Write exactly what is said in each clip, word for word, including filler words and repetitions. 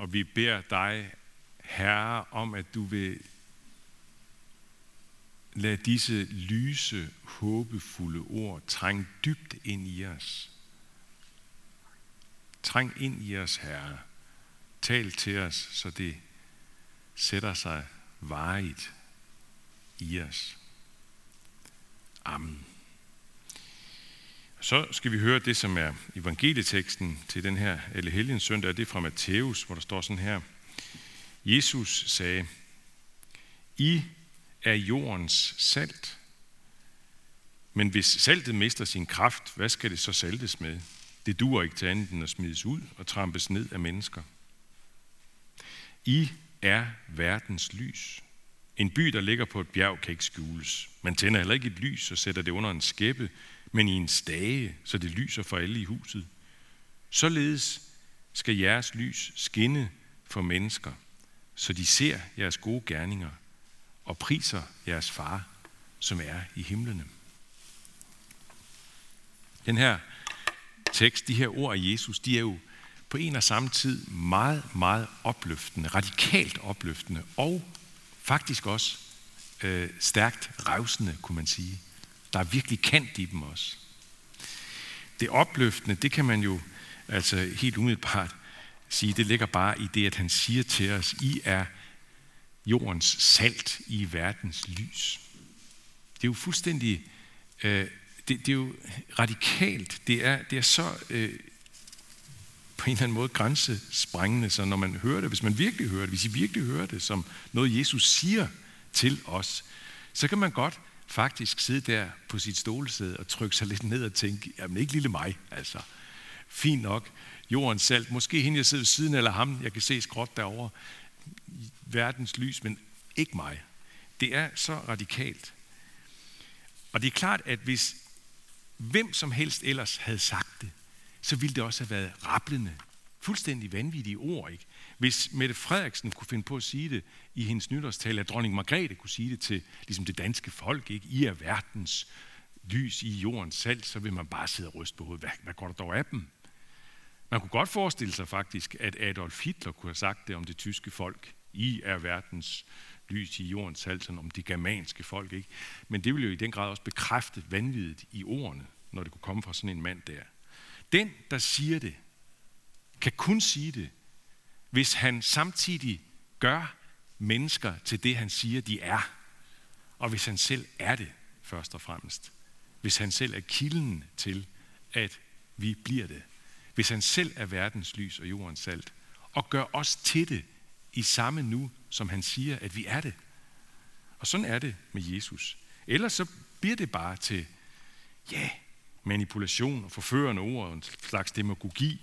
Og vi beder dig, Herre, om at du vil lade disse lyse, håbefulde ord trænge dybt ind i os. Træng ind i os, Herre. Tal til os, så det sætter sig varigt i os. Amen. Så skal vi høre det, som er evangelieteksten til den her Allehelgens søndag. Det er fra Matthæus, hvor der står sådan her. Jesus sagde, I er jordens salt. Men hvis saltet mister sin kraft, hvad skal det så saltes med? Det duer ikke til andet end at smides ud og trampes ned af mennesker. I er verdens lys. En by, der ligger på et bjerg, kan ikke skjules. Man tænder heller ikke et lys og sætter det under en skæppe, men i en stage, så det lyser for alle i huset. Således skal jeres lys skinne for mennesker, så de ser jeres gode gerninger og priser jeres far, som er i himlene. Den her tekst, de her ord af Jesus, de er jo på en og samme tid meget, meget opløftende, radikalt opløftende og faktisk også øh, stærkt revsende, kunne man sige. Der er virkelig kant i dem også. Det opløftende, det kan man jo altså helt umiddelbart sige, det ligger bare i det, at han siger til os, I er jordens salt, I er verdens lys. Det er jo fuldstændig, øh, det, det er jo radikalt, det er, det er så øh, på en eller anden måde grænsesprængende, så når man hører det, hvis man virkelig hører det, hvis I virkelig hører det som noget, Jesus siger til os, så kan man godt faktisk sidde der på sit stolesæde og trykke sig lidt ned og tænke, jamen ikke lille mig, altså. Fint nok, jordens salt, måske hende jeg sidder ved siden eller ham, jeg kan se skråt derovre, verdens lys, men ikke mig. Det er så radikalt. Og det er klart, at hvis hvem som helst ellers havde sagt det, så ville det også have været rablende, fuldstændig vanvittige ord, ikke? Hvis Mette Frederiksen kunne finde på at sige det i hendes nytårstale, at dronning Margrethe kunne sige det til ligesom det danske folk, ikke? I er verdens lys, i jordens salt, så vil man bare sidde og ryste på hovedet. Hvad, hvad går der dog af dem? Man kunne godt forestille sig faktisk, at Adolf Hitler kunne have sagt det om det tyske folk. I er verdens lys, i jordens salt, sådan om de germanske folk, ikke? Men det ville jo i den grad også bekræfte vanvittigt i ordene, når det kunne komme fra sådan en mand der. Den, der siger det, kan kun sige det, hvis han samtidig gør mennesker til det, han siger, de er. Og hvis han selv er det, først og fremmest. Hvis han selv er kilden til, at vi bliver det. Hvis han selv er verdens lys og jordens salt. Og gør os til det i samme nu, som han siger, at vi er det. Og sådan er det med Jesus. Ellers så bliver det bare til, ja, manipulation og forførende ord og en slags demagogi,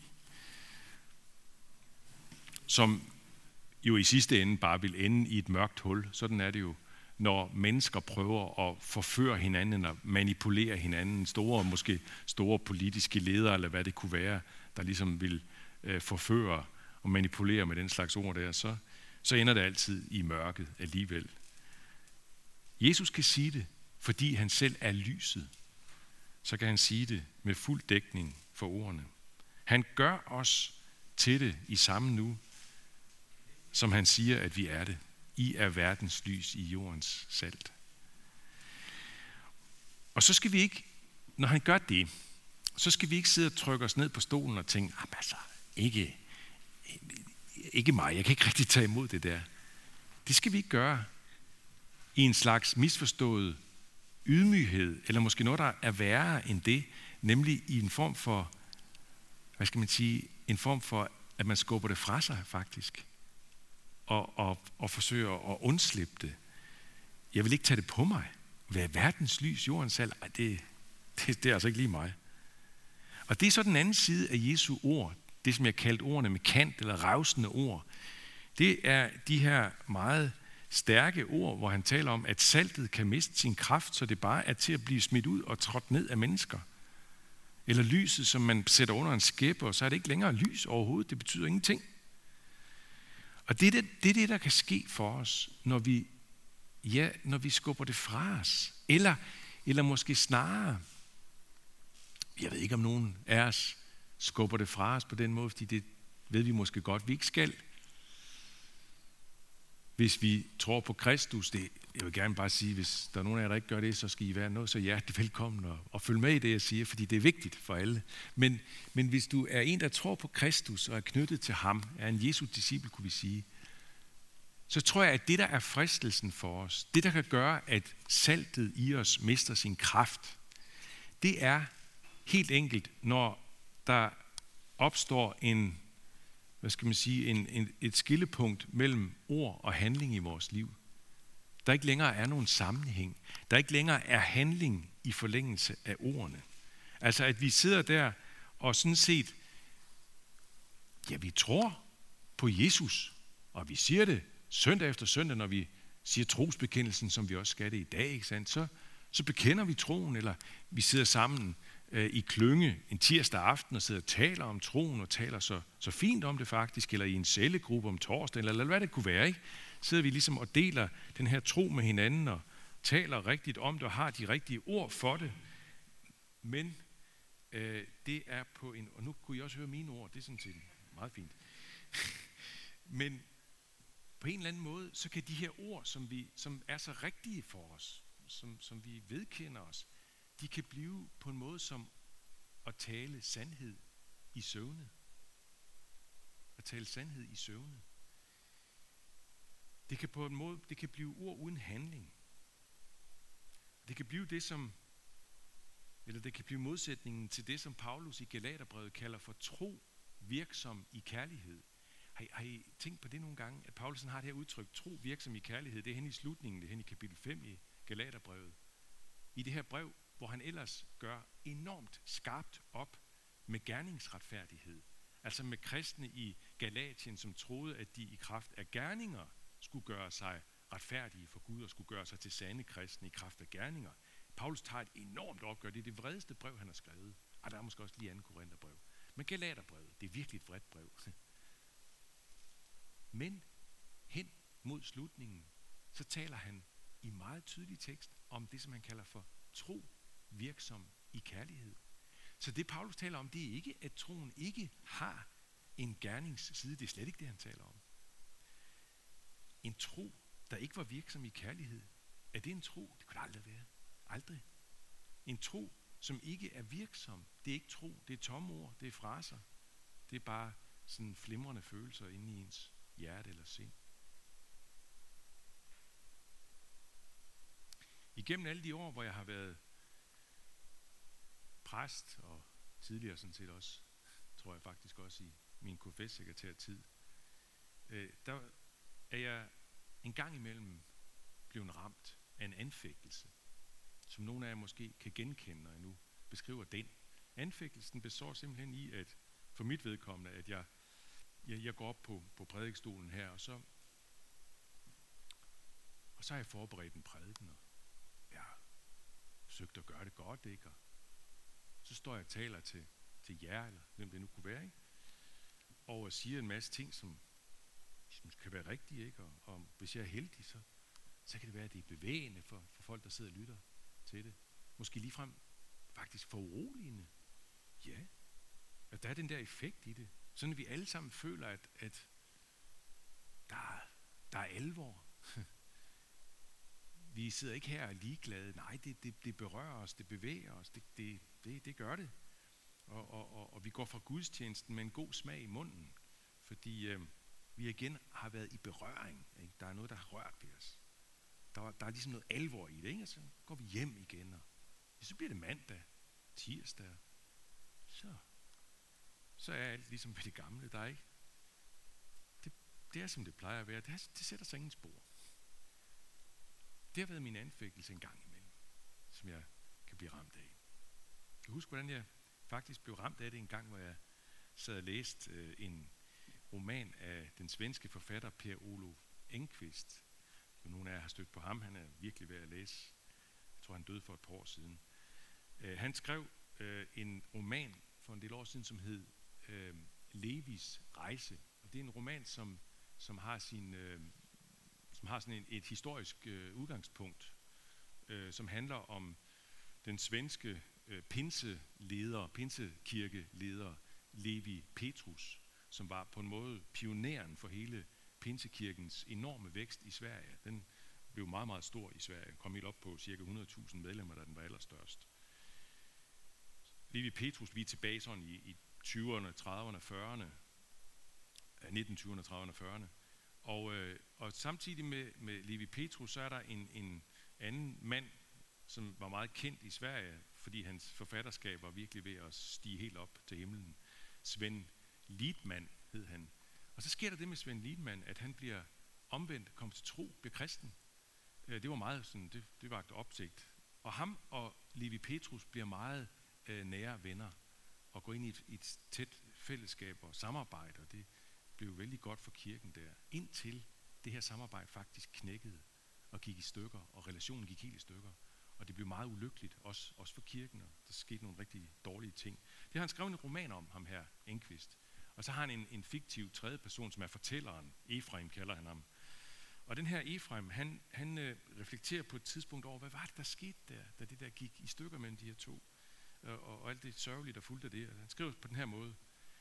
som jo i sidste ende bare vil ende i et mørkt hul. Sådan er det jo, når mennesker prøver at forføre hinanden og manipulere hinanden. Store, måske store politiske ledere, eller hvad det kunne være, der ligesom vil øh, forføre og manipulere med den slags ord der, så, så ender det altid i mørket alligevel. Jesus kan sige det, fordi han selv er lyset. Så kan han sige det med fuld dækning for ordene. Han gør os til det i samme nu, som han siger, at vi er det. I er verdens lys, i jordens salt. Og så skal vi ikke, når han gør det, så skal vi ikke sidde og trykke os ned på stolen og tænke, altså, ikke, ikke mig, jeg kan ikke rigtig tage imod det der. Det skal vi ikke gøre i en slags misforstået ydmyghed, eller måske noget, der er værre end det, nemlig i en form for, hvad skal man sige, en form for, at man skubber det fra sig faktisk, og, og, og forsøger at undslippe det. Jeg vil ikke tage det på mig. Hvad er verdens lys, jordens salt? Ej, det, det, det er altså ikke lige mig. Og det er så den anden side af Jesu ord, det som jeg kaldte ordene med kant eller revsende ord. Det er de her meget stærke ord, hvor han taler om, at saltet kan miste sin kraft, så det bare er til at blive smidt ud og trådt ned af mennesker. Eller lyset, som man sætter under en skæppe, og så er det ikke længere lys overhovedet. Det betyder ingenting. Og det er det, det, er det der kan ske for os, når vi, ja, når vi skubber det fra os. Eller, eller måske snarere, jeg ved ikke om nogen af os skubber det fra os på den måde, fordi det ved vi måske godt, vi ikke skal. hvis vi tror på Kristus, det, jeg vil gerne bare sige, hvis der er nogen af jer, der ikke gør det, så skal I være noget så hjertelig velkommen og, og følge med i det, jeg siger, fordi det er vigtigt for alle. Men, men hvis du er en, der tror på Kristus og er knyttet til ham, er en Jesu disciple, kunne vi sige, så tror jeg, at det, der er fristelsen for os, det, der kan gøre, at saltet i os mister sin kraft, det er helt enkelt, når der opstår en, hvad skal man sige, en, en, et skillepunkt mellem ord og handling i vores liv. Der ikke længere er nogen sammenhæng. Der ikke længere er handling i forlængelse af ordene. Altså, at vi sidder der og sådan set, ja, vi tror på Jesus, og vi siger det søndag efter søndag, når vi siger trosbekendelsen, som vi også skal det i dag, ikke sandt? Så, så bekender vi troen, eller vi sidder sammen øh, i klynge en tirsdag aften og sidder og taler om troen, og taler så, så fint om det faktisk, eller i en cellegruppe om torsdag, eller, eller hvad det kunne være, ikke? Sidder vi ligesom og deler den her tro med hinanden, og taler rigtigt om det, og har de rigtige ord for det. Men øh, det er på en, og nu kunne I også høre mine ord, det er sådan set meget fint. Men på en eller anden måde, så kan de her ord, som, vi, som er så rigtige for os, som, som vi vedkender os, de kan blive på en måde som at tale sandhed i søvne. At tale sandhed i søvne. Det kan på en måde, det kan blive ord uden handling. Det kan blive det, som, eller det kan blive modsætningen til det, som Paulus i Galaterbrevet kalder for tro virksom i kærlighed. Har I, har I tænkt på det nogle gange, at Paulus har det her udtryk, tro virksom i kærlighed, det er hen i slutningen, det er hen i kapitel fem i Galaterbrevet. I det her brev, hvor han ellers gør enormt skarpt op med gerningsretfærdighed. Altså med kristne i Galatien, som troede, at de i kraft af gerninger skulle gøre sig retfærdige for Gud og skulle gøre sig til sande kristne i kraft af gerninger. Paulus tager et enormt opgør. Det er det vredeste brev, han har skrevet. Og der er måske også lige anden Korintherbrev. Men Galaterbrevet, det er virkelig et vredt brev. Men hen mod slutningen, så taler han i meget tydelig tekst om det, som han kalder for tro virksom i kærlighed. Så det, Paulus taler om, det er ikke, at troen ikke har en gerningsside. Det er slet ikke det, han taler om. En tro, der ikke var virksom i kærlighed, er det en tro? Det kunne det aldrig være. Aldrig. En tro, som ikke er virksom, det er ikke tro, det er tomme ord, det er fraser. Det er bare sådan flimrende følelser inde i ens hjerte eller sind. Igennem alle de år, hvor jeg har været præst, og tidligere sådan set også, tror jeg faktisk også i min K F S-sekretærtid, øh, der er jeg en gang imellem blevet ramt af en anfægtelse, som nogle af jer måske kan genkende, når jeg nu beskriver den. Anfægtelsen består simpelthen i, at for mit vedkommende, at jeg, jeg, jeg går op på, på prædikestolen her, og så, og så har jeg forberedt en prædiken, og jeg har forsøgt at gøre det godt, ikke? Og så står jeg og taler til, til jer, eller hvem det nu kunne være, ikke? Og siger en masse ting, som, som kan være rigtige, ikke? Og, og hvis jeg er heldig, så, så kan det være, at det er bevægende for, for folk, der sidder og lytter til det. Måske ligefrem faktisk for uroligende. Ja, at der er den der effekt i det. Sådan at vi alle sammen føler, at, at der, der er alvor. Vi sidder ikke her og er ligeglade. Nej, det, det, det berører os, det bevæger os, det, det, det, det gør det. Og, og, og, og vi går fra gudstjenesten med en god smag i munden, fordi øh, vi igen har været i berøring. Ikke? Der er noget, der har rørt ved os. Der, der er ligesom noget alvor i det, ikke? Og så går vi hjem igen, og ja, så bliver det mandag, tirsdag, så, så er alt ligesom ved det gamle. Der er ikke. Det, det er, som det plejer at være. Det, er, det sætter sig ingen spor. Det har været min anfægtelse en gang imellem, som jeg kan blive ramt af. Jeg kan huske, hvordan jeg faktisk blev ramt af det en gang, hvor jeg sad og læste øh, en roman af den svenske forfatter Per Olof Engqvist. Så nogle af jer har stødt på ham, han er virkelig værd at læse. Jeg tror, han døde for et par år siden. Øh, han skrev øh, en roman for en del år siden, som hed øh, Levis rejse. Og det er en roman, som, som har sin... Øh, som har sådan en, et historisk øh, udgangspunkt, øh, som handler om den svenske øh, pinseleder, pinsekirkeleder Levi Petrus, som var på en måde pioneren for hele Pinsekirkens enorme vækst i Sverige. Den blev meget, meget stor i Sverige. Kom helt op på cirka hundrede tusind medlemmer, da den var allerstørst. Levi Petrus, vi er tilbage sådan i, i tyverne, trediverne, fyrrerne, nitten tyverne, trediverne, fyrrerne. Og, øh, og samtidig med, med Levi Petrus, så er der en, en anden mand, som var meget kendt i Sverige, fordi hans forfatterskab var virkelig ved at stige helt op til himlen. Sven Lidman hed han. Og så sker der det med Sven Lidman, at han bliver omvendt, kommer til tro, bliver kristen. Det var meget sådan, det, det vagte opsigt. Og ham og Levi Petrus bliver meget øh, nære venner, og går ind i et, et tæt fællesskab og samarbejde, og det blev vældig godt for kirken der, indtil det her samarbejde faktisk knækkede og gik i stykker, og relationen gik helt i stykker. Og det blev meget ulykkeligt, også, også for kirken, og der skete nogle rigtig dårlige ting. Det har han skrevet en roman om, ham her, Enqvist. Og så har han en, en fiktiv tredje person, som er fortælleren. Efraim kalder han ham. Og den her Efraim, han, han øh, reflekterer på et tidspunkt over, hvad var det, der skete der, da det der gik i stykker mellem de her to. Og, og, og alt det sørgelige, der fulgte af det. Og han skriver på den her måde.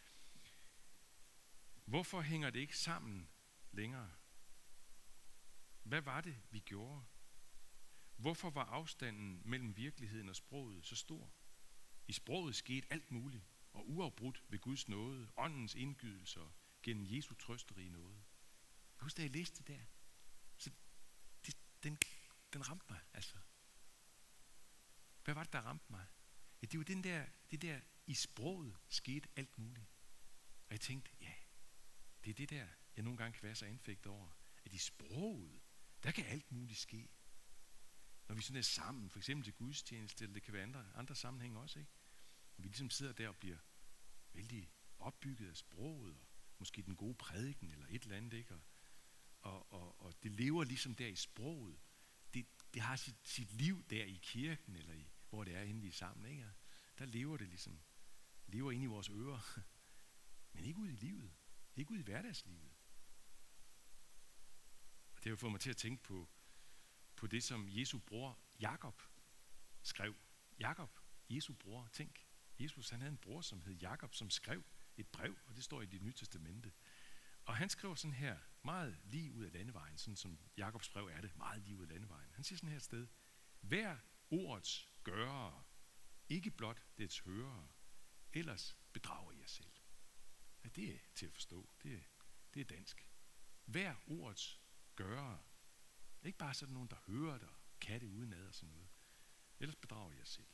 Hvorfor hænger det ikke sammen længere? Hvad var det, vi gjorde? Hvorfor var afstanden mellem virkeligheden og sproget så stor? I sproget skete alt muligt, og uafbrudt ved Guds nåde, åndens indgydelser, gennem Jesu trøsterige nåde. Jeg husker, da jeg læste det der, så det, den, den ramte mig, altså. Hvad var det, der ramte mig? Ja, det var den der, det der, i sproget skete alt muligt. Og jeg tænkte, ja, det er det der, jeg nogle gange kan være så anfægtet over, at i sproget, der kan alt muligt ske. Når vi sådan er sammen, for eksempel til gudstjeneste, eller det kan være andre, andre sammenhænge også, ikke? Og vi ligesom sidder der og bliver vældig opbygget af sproget, og måske den gode prædiken, eller et eller andet, ikke? Og, og, og, og det lever ligesom der i sproget. Det, det har sit, sit liv der i kirken, eller i, hvor det er inde vi er sammen, ikke? Der lever det ligesom, lever inde i vores ører, men ikke ud i livet, ikke ud i hverdagslivet. Og det har fået mig til at tænke på, på det, som Jesu bror Jakob skrev. Jakob, Jesu bror, tænk. Jesus, han havde en bror, som hed Jakob, som skrev et brev, og det står i Det Nye Testamente. Og han skriver sådan her, meget lige ud af landevejen, sådan som Jakobs brev er det, meget lige ud af landevejen. Han siger sådan her et sted, hver ordets gørere, ikke blot dets hørere, ellers bedrager jer selv. Ja, det er til at forstå, det er, det er dansk. Hver ordets gørere, ikke bare sådan nogen, der hører det og kan det udenad og sådan noget, ellers bedrager jer selv.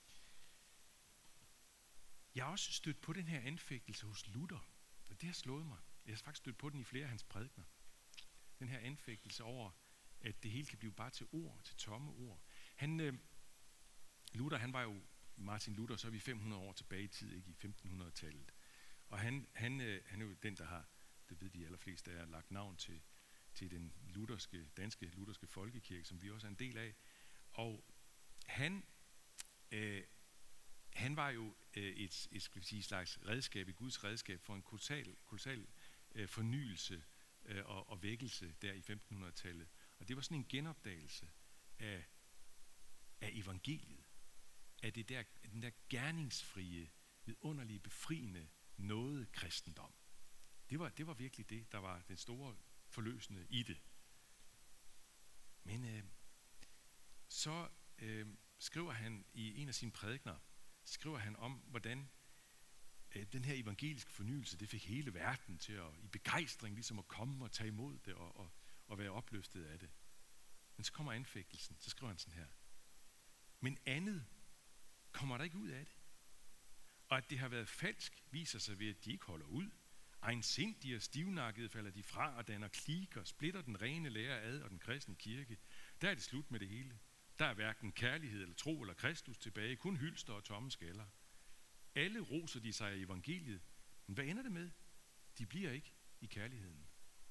Jeg har også stødt på den her anfægtelse hos Luther, og det har slået mig. Jeg har faktisk stødt på den i flere af hans prædikener. Den her anfægtelse over, at det hele kan blive bare til ord, til tomme ord. Han, øh, Luther, han var jo, Martin Luther, så er vi fem hundrede år tilbage i tid, ikke i femtenhundredetallet. Og han, han, øh, han er jo den, der har, det ved de allerfleste, der har lagt navn til, til den lutherske, danske lutherske folkekirke, som vi også er en del af. Og han, øh, han var jo øh, et, et skal vi sige, slags redskab, et Guds redskab for en kolossal, kolossal øh, fornyelse øh, og, og vækkelse der i femtenhundredetallet. Og det var sådan en genopdagelse af, af evangeliet, af det der, den der gerningsfrie, vidunderlige, befriende nåde kristendom. Det var, det var virkelig det, der var den store forløsende i det. Men øh, så øh, skriver han i en af sine prædikener, skriver han om, hvordan øh, den her evangeliske fornyelse, det fik hele verden til at i begejstring ligesom at komme og tage imod det og, og, og være opløftet af det. Men så kommer anfægtelsen, så skriver han sådan her. Men andet kommer der ikke ud af det. Og at det har været falsk, viser sig ved, at de ikke holder ud. Egensindige og stivnakkede falder de fra og danner kliker, splitter den rene lære ad og den kristne kirke. Der er det slut med det hele. Der er hverken kærlighed eller tro eller Kristus tilbage, kun hylster og tomme skaller. Alle roser de sig af evangeliet, men hvad ender det med? De bliver ikke i kærligheden.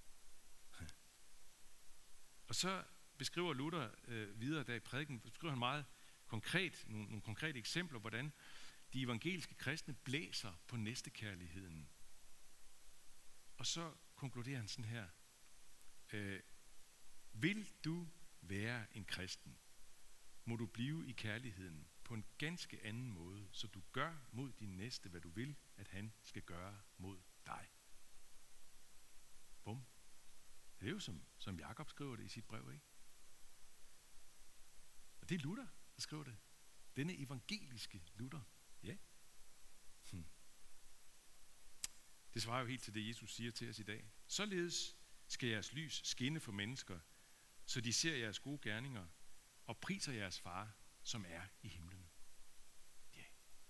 Og så beskriver Luther øh, videre der i prædiken, beskriver han meget konkret, nogle, nogle konkrete eksempler, hvordan de evangeliske kristne blæser på næstekærligheden. Og så konkluderer han sådan her. Øh, vil du være en kristen, må du blive i kærligheden på en ganske anden måde, så du gør mod din næste, hvad du vil, at han skal gøre mod dig. Bum. Det er jo som, som Jakob skriver det i sit brev, ikke? Og det er Luther, der skriver det. Denne evangeliske Luther. Ja. Hmm. Det svarer jo helt til det, Jesus siger til os i dag. Således skal jeres lys skinne for mennesker, så de ser jeres gode gerninger og priser jeres far, som er i himlen. Ja.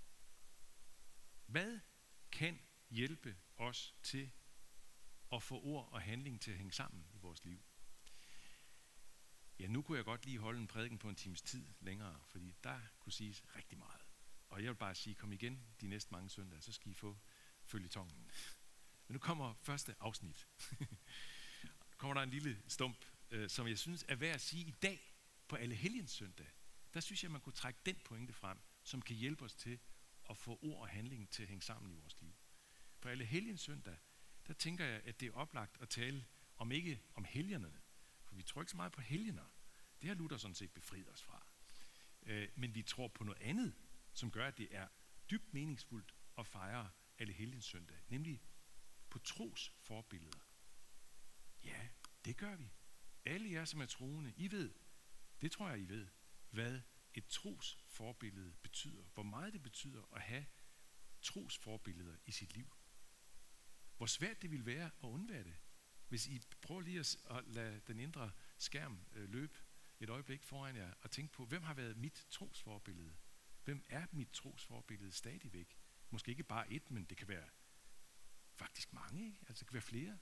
Hvad kan hjælpe os til at få ord og handling til at hænge sammen i vores liv? Ja, nu kunne jeg godt lige holde en prædiken på en times tid længere, fordi der kunne siges rigtig meget. Og jeg vil bare sige, kom igen de næste mange søndage, så skal I få føljetongen. Men nu kommer første afsnit. Nu kommer der en lille stump, øh, som jeg synes er værd at sige i dag på Allehelgens søndag. Der synes jeg, man kunne trække den pointe frem, som kan hjælpe os til at få ord og handling til at hænge sammen i vores liv. På Allehelgens søndag, der tænker jeg, at det er oplagt at tale om ikke om helgenerne, for vi tror ikke så meget på helgener. Det har Luther sådan set befriet os fra. Øh, men vi tror på noget andet, som gør, at det er dybt meningsfuldt at fejre Allehelgens søndag, nemlig på tros forbilleder. Ja, det gør vi. Alle jer, som er troende, I ved, det tror jeg, I ved, hvad et tros forbillede betyder. Hvor meget det betyder at have tros forbilleder i sit liv. Hvor svært det vil være at undvære det. Hvis I prøver lige at lade den indre skærm løbe et øjeblik foran jer og tænke på, hvem har været mit tros forbillede? Hvem er mit tros forbillede stadigvæk? Måske ikke bare et, men det kan være faktisk mange, ikke? Altså det kan være flere.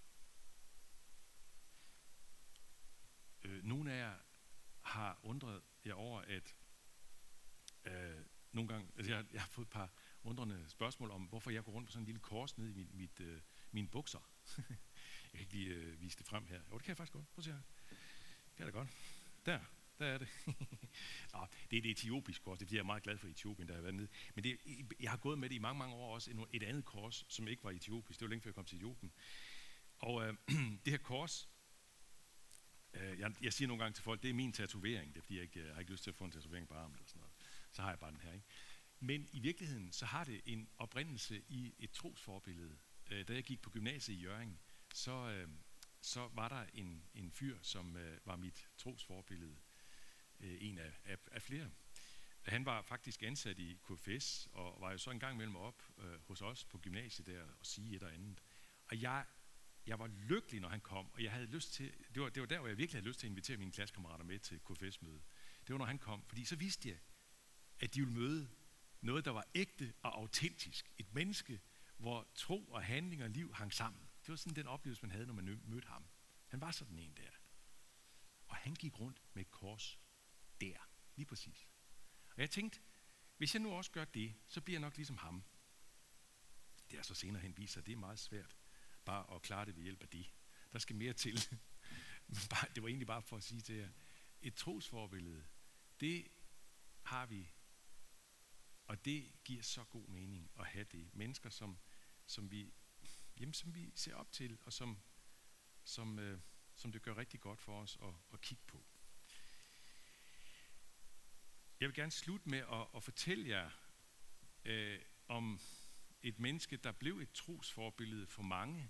Øh, nogle af jer har undret jer over, at øh, nogle gange, altså jeg, jeg har fået et par undrende spørgsmål om, hvorfor jeg går rundt på sådan en lille kors nede i min, mit, øh, mine bukser. Jeg kan ikke lige øh, vise det frem her. Jo, det kan jeg faktisk godt. Prøv at se her. Det kan jeg da godt. Der, der er det. Nå, det er et etiopisk kors. Det er fordi, jeg er meget glad for Etiopien, der har været nede. Men det, jeg har gået med det i mange, mange år også. Et andet kors, som ikke var etiopisk. Det var længe før jeg kom til Etiopien. Og øh, det her kors, øh, jeg, jeg siger nogle gange til folk, det er min tatovering. Det er fordi, jeg, ikke, jeg har ikke lyst til at få en tatovering på armen eller sådan noget. Så har jeg bare den her, ikke? Men i virkeligheden, så har det en oprindelse i et trosforbillede. Øh, da jeg gik på gymnasiet i Hjørring, så, øh, så var der en, en fyr, som øh, var mit trosforbillede. Øh, en af, af, af flere. Han var faktisk ansat i K F S, og var jo så en gang imellem op øh, hos os på gymnasiet der og sige et og andet. Og jeg, jeg var lykkelig, når han kom, og jeg havde lyst til, det var, det var der, hvor jeg virkelig havde lyst til at invitere mine klassekammerater med til K F S-møde. Det var, når han kom, fordi så vidste jeg, at de ville møde noget, der var ægte og autentisk. Et menneske, hvor tro og handling og liv hang sammen. Det var sådan den oplevelse, man havde, når man mødte ham. Han var sådan en der. Og han gik rundt med et kors der, lige præcis. Og jeg tænkte, hvis jeg nu også gør det, så bliver jeg nok ligesom ham. Det er så senere hen viser, at det er meget svært bare at klare det ved hjælp af det. Der skal mere til. Men bare, det var egentlig bare for at sige til jer, et trosforbillede, det har vi, og det giver så god mening at have det. Mennesker, som, som, vi, jamen, som vi ser op til, og som, som, øh, som det gør rigtig godt for os at, at kigge på. Jeg vil gerne slutte med at, at fortælle jer øh, om et menneske, der blev et trosforbillede for mange.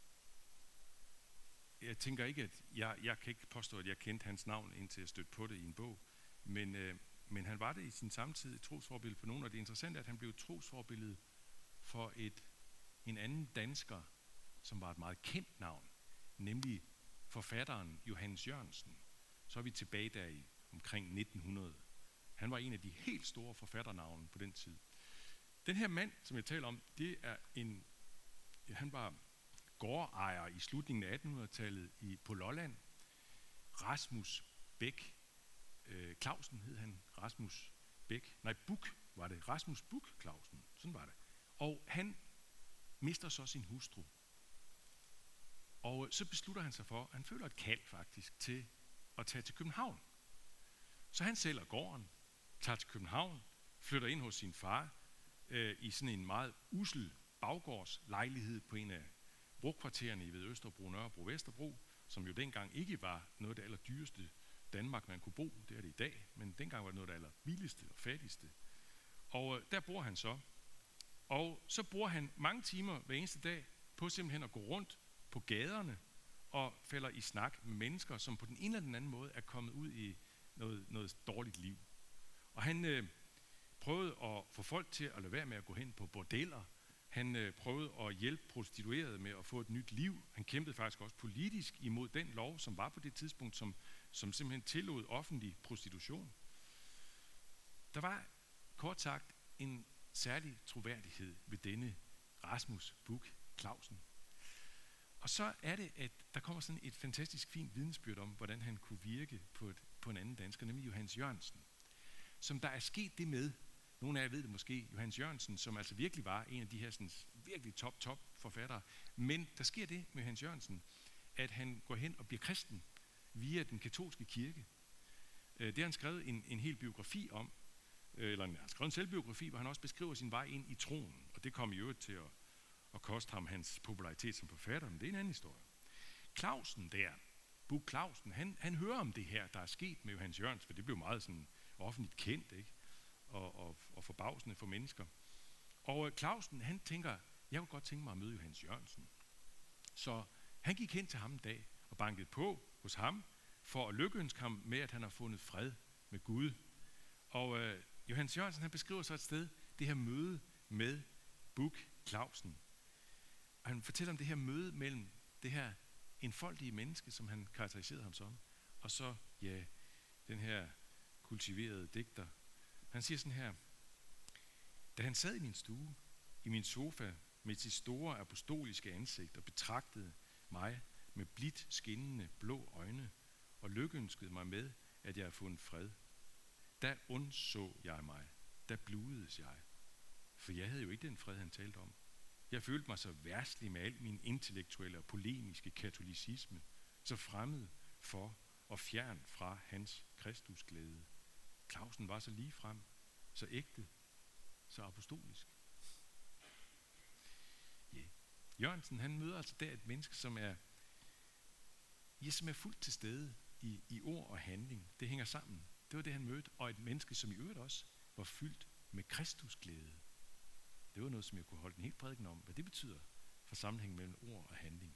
Jeg tænker ikke, at jeg, jeg kan ikke påstå, at jeg kendte hans navn, indtil jeg stødte på det i en bog, men, øh, men han var det i sin samtid et trosforbillede for nogen, og det er interessant, at han blev et trosforbillede for et, en anden dansker, som var et meget kendt navn, nemlig forfatteren Johannes Jørgensen. Så er vi tilbage der i omkring nitten hundrede. Han var en af de helt store forfatternavne på den tid. Den her mand, som jeg taler om, det er en, han var gårdejer i slutningen af attenhundredetallet i, på Lolland. Rasmus Bæk øh, Clausen hed han. Rasmus Bæk. Nej, Buch var det. Rasmus Buch Clausen. Sådan var det. Og han mister så sin hustru. Og så beslutter han sig for, at han føler et kald faktisk til at tage til København. Så han sælger gården, tager til København, flytter ind hos sin far øh, i sådan en meget usel baggårdslejlighed på en af brokvartererne i ved Østerbro, Nørrebro, Vesterbro, som jo dengang ikke var noget af det allerdyreste Danmark, man kunne bo. Det er det i dag, men dengang var det noget af det allerbilligste og fattigste. Og øh, der bor han så. Og så bruger han mange timer hver eneste dag på simpelthen at gå rundt på gaderne og falder i snak med mennesker, som på den ene eller den anden måde er kommet ud i noget, noget dårligt liv. Og han øh, prøvede at få folk til at lade være med at gå hen på bordeller. Han øh, prøvede at hjælpe prostituerede med at få et nyt liv. Han kæmpede faktisk også politisk imod den lov, som var på det tidspunkt, som, som simpelthen tillod offentlig prostitution. Der var kort sagt en særlig troværdighed ved denne Rasmus Buch Clausen. Og så er det, at der kommer sådan et fantastisk fint vidensbyrd om, hvordan han kunne virke på, et, på en anden dansker, nemlig Johannes Jørgensen. Som der er sket det med, nogle af jer ved det måske, Johannes Jørgensen, som altså virkelig var en af de her sådan, virkelig top, top forfattere. Men der sker det med Johannes Jørgensen, at han går hen og bliver kristen via den katolske kirke. Det har han skrevet en, en hel biografi om, eller han har skrevet en selvbiografi, hvor han også beskriver sin vej ind i troen. Og det kom i øvrigt til at, at koste ham hans popularitet som forfatter, men det er en anden historie. Clausen der, Buch Clausen, han, han hører om det her, der er sket med Johannes Jørgensen, for det blev meget sådan offentligt kendt, ikke? Og, og, og forbavsende for mennesker. Og Clausen, han tænker, jeg kunne godt tænke mig at møde Johannes Jørgensen. Så han gik hen til ham en dag og bankede på hos ham, for at lykønske ham med, at han har fundet fred med Gud. Og øh, Johannes Jørgensen, han beskriver så et sted det her møde med Buch Clausen. Og han fortæller om det her møde mellem det her enfoldige menneske, som han karakteriserede ham som, og så, ja, den her kultiverede digter. Han siger sådan her: da han sad i min stue, i min sofa, med sit store apostoliske ansigt og betragtede mig med blidt skinnende blå øjne og lykønskede mig med, at jeg havde fundet fred, der undså jeg mig, der bludedes jeg. For jeg havde jo ikke den fred, han talte om. Jeg følte mig så værslig med al min intellektuelle og polemiske katolicisme, så fremmed for og fjern fra hans kristusglæde. Clausen var så ligefrem, så ægte, så apostolisk. Yeah. Jørgensen, han møder altså der et menneske, som er, ja, som er fuldt til stede i, i ord og handling. Det hænger sammen. Det var det, han mødte. Og et menneske, som i øvrigt også var fyldt med kristusglæde. Det var noget, som jeg kunne holde en helt prædiken om, hvad det betyder for sammenhæng mellem ord og handling.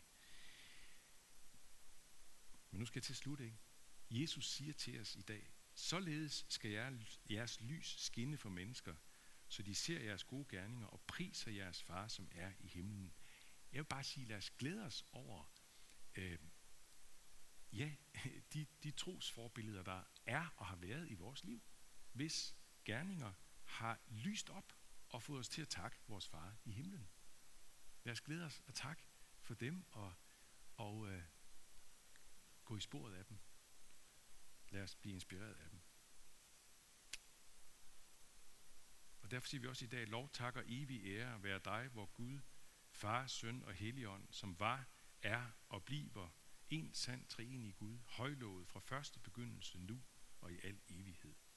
Men nu skal jeg til slut, ikke? Jesus siger til os i dag: således skal jeres lys skinne for mennesker, så de ser jeres gode gerninger og priser jeres far, som er i himlen. Jeg vil bare sige, lad os glæde os over øh, ja, de, de trosforbilleder, der er og har været i vores liv, hvis gerninger har lyst op og fået os til at takke vores far i himlen. Lad os glæde os og takke for dem og, og øh, gå i sporet af dem. Lad os blive inspireret af dem. Og derfor siger vi også i dag: lov, tak og evig ære være dig, hvor Gud, Far, Søn og Helligånd, som var, er og bliver en sand treenig Gud, højlovet fra første begyndelse, nu og i al evighed.